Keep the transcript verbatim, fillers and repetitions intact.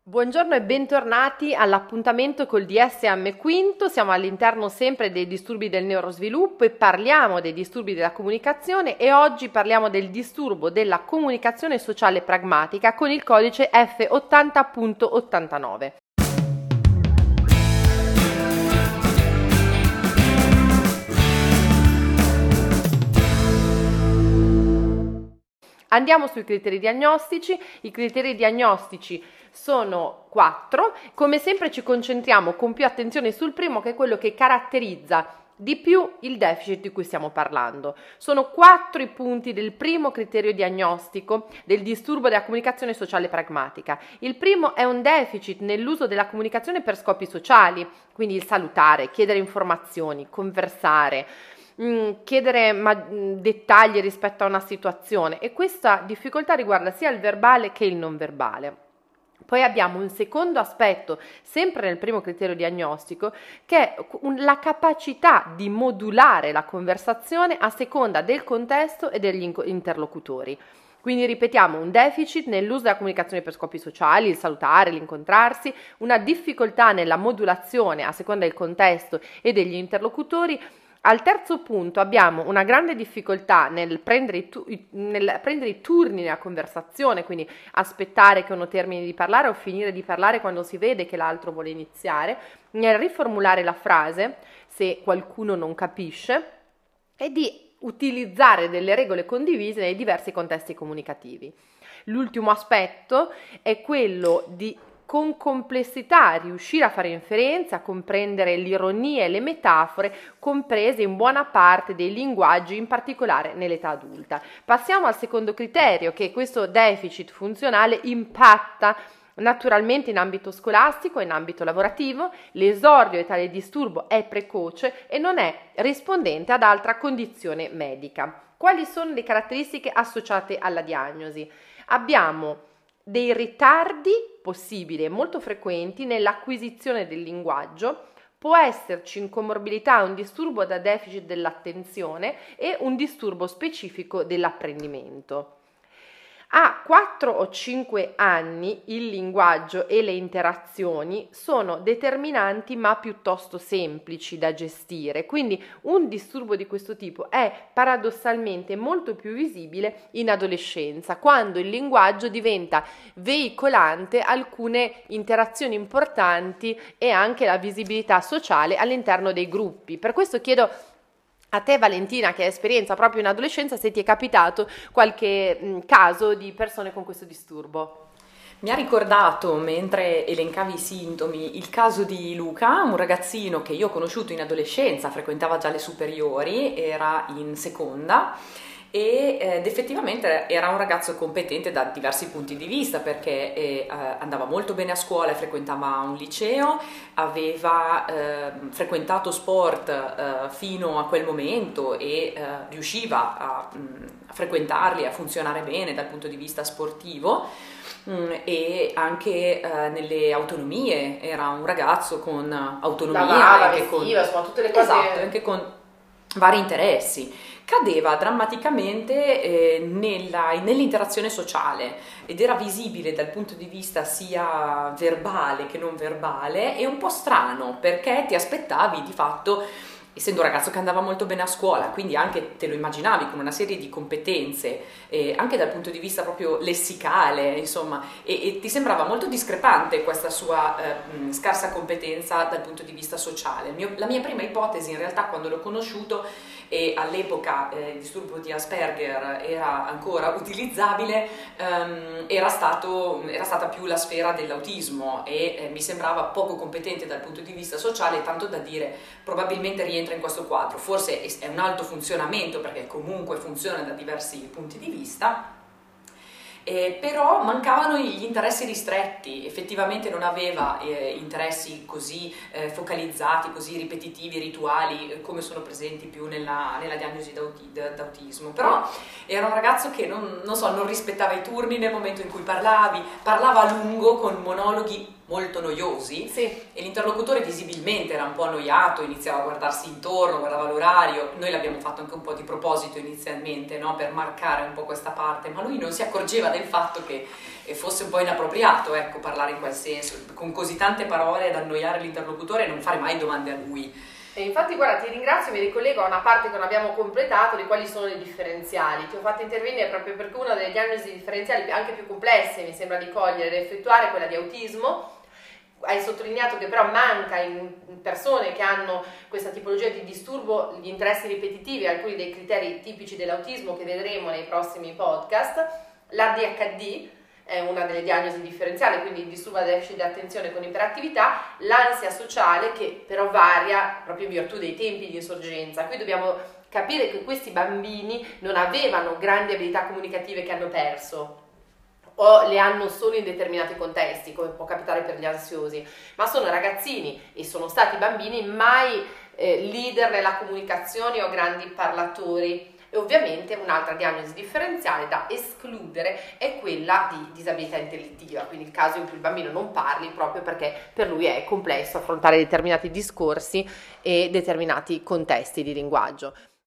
Buongiorno e bentornati all'appuntamento col D S M Quinto. Siamo all'interno sempre dei disturbi del neurosviluppo e parliamo dei disturbi della comunicazione e oggi parliamo del disturbo della comunicazione sociale pragmatica con il codice F ottanta punto ottantanove. Andiamo sui criteri diagnostici. I criteri diagnostici sono quattro. Come sempre ci concentriamo con più attenzione sul primo, che è quello che caratterizza di più il deficit di cui stiamo parlando. Sono quattro i punti del primo criterio diagnostico del disturbo della comunicazione sociale pragmatica. Il primo è un deficit nell'uso della comunicazione per scopi sociali, quindi il salutare, chiedere informazioni, conversare, chiedere ma- dettagli rispetto a una situazione, e questa difficoltà riguarda sia il verbale che il non verbale. Poi abbiamo un secondo aspetto, sempre nel primo criterio diagnostico, che è la capacità di modulare la conversazione a seconda del contesto e degli interlocutori. Quindi ripetiamo, un deficit nell'uso della comunicazione per scopi sociali, il salutare, l'incontrarsi, una difficoltà nella modulazione a seconda del contesto e degli interlocutori. Al terzo punto abbiamo una grande difficoltà nel prendere, i tu- nel prendere i turni nella conversazione, quindi aspettare che uno termini di parlare o finire di parlare quando si vede che l'altro vuole iniziare, nel riformulare la frase se qualcuno non capisce e di utilizzare delle regole condivise nei diversi contesti comunicativi. L'ultimo aspetto è quello di con complessità riuscire a fare inferenza, a comprendere l'ironia e le metafore comprese in buona parte dei linguaggi, in particolare nell'età adulta. Passiamo al secondo criterio, che questo deficit funzionale impatta naturalmente in ambito scolastico e in ambito lavorativo. L'esordio di tale disturbo è precoce e non è rispondente ad altra condizione medica. Quali sono le caratteristiche associate alla diagnosi? Abbiamo dei ritardi possibili e molto frequenti nell'acquisizione del linguaggio. Può esserci in comorbilità un disturbo da deficit dell'attenzione e un disturbo specifico dell'apprendimento. A quattro o cinque anni il linguaggio e le interazioni sono determinanti ma piuttosto semplici da gestire, quindi un disturbo di questo tipo è paradossalmente molto più visibile in adolescenza, quando il linguaggio diventa veicolante alcune interazioni importanti e anche la visibilità sociale all'interno dei gruppi. Per questo chiedo a te, Valentina, che hai esperienza proprio in adolescenza, se ti è capitato qualche mh, caso di persone con questo disturbo. Mi ha ricordato, mentre elencavi i sintomi, il caso di Luca, un ragazzino che io ho conosciuto in adolescenza, frequentava già le superiori, era in seconda e, ed effettivamente era un ragazzo competente da diversi punti di vista, perché eh, andava molto bene a scuola e frequentava un liceo, aveva eh, frequentato sport eh, fino a quel momento e eh, riusciva a, mh, a frequentarli, a funzionare bene dal punto di vista sportivo. E anche eh, nelle autonomie era un ragazzo con autonomia, Lavava, anche vestiva, con, insomma, tutte le cose. esatto, anche con vari interessi. Cadeva drammaticamente eh, nella, nell'interazione sociale ed era visibile dal punto di vista sia verbale che non verbale, e un po' strano, perché ti aspettavi di fatto, essendo un ragazzo che andava molto bene a scuola, quindi anche te lo immaginavi con una serie di competenze, eh, anche dal punto di vista proprio lessicale, insomma, e, e ti sembrava molto discrepante questa sua eh, scarsa competenza dal punto di vista sociale. Il mio, la mia prima ipotesi, in realtà, quando l'ho conosciuto, e all'epoca eh, il disturbo di Asperger era ancora utilizzabile, ehm, era, stato, era stata più la sfera dell'autismo, e eh, mi sembrava poco competente dal punto di vista sociale, tanto da dire probabilmente rientra in questo quadro. Forse è un alto funzionamento, perché comunque funziona da diversi punti di vista, Eh, però mancavano gli interessi ristretti. Effettivamente non aveva eh, interessi così eh, focalizzati, così ripetitivi, rituali, eh, come sono presenti più nella, nella diagnosi d'auti- d'autismo. Però era un ragazzo che non, non so, non rispettava i turni nel momento in cui parlavi, parlava a lungo con monologhi molto noiosi, sì. E l'interlocutore visibilmente era un po' annoiato, iniziava a guardarsi intorno, guardava l'orario. Noi l'abbiamo fatto anche un po' di proposito inizialmente, no? Per marcare un po' questa parte, ma lui non si accorgeva del fatto che fosse un po' inappropriato, ecco, parlare in quel senso, con così tante parole ad annoiare l'interlocutore e non fare mai domande a lui. E infatti guarda, ti ringrazio, mi ricollego a una parte che non abbiamo completato, di quali sono le differenziali. Ti ho fatto intervenire proprio perché una delle diagnosi differenziali anche più complesse, mi sembra di cogliere ed effettuare, è quella di autismo. Hai sottolineato che però manca in persone che hanno questa tipologia di disturbo gli interessi ripetitivi, alcuni dei criteri tipici dell'autismo che vedremo nei prossimi podcast. L'A D H D è una delle diagnosi differenziali, quindi il disturbo da deficit di attenzione con iperattività, l'ansia sociale che però varia proprio in virtù dei tempi di insorgenza. Qui dobbiamo capire che questi bambini non avevano grandi abilità comunicative che hanno perso o le hanno solo in determinati contesti, come può capitare per gli ansiosi, ma sono ragazzini e sono stati bambini mai eh, leader nella comunicazione o grandi parlatori. E ovviamente un'altra diagnosi differenziale da escludere è quella di disabilità intellettiva, quindi il caso in cui il bambino non parli proprio perché per lui è complesso affrontare determinati discorsi e determinati contesti di linguaggio.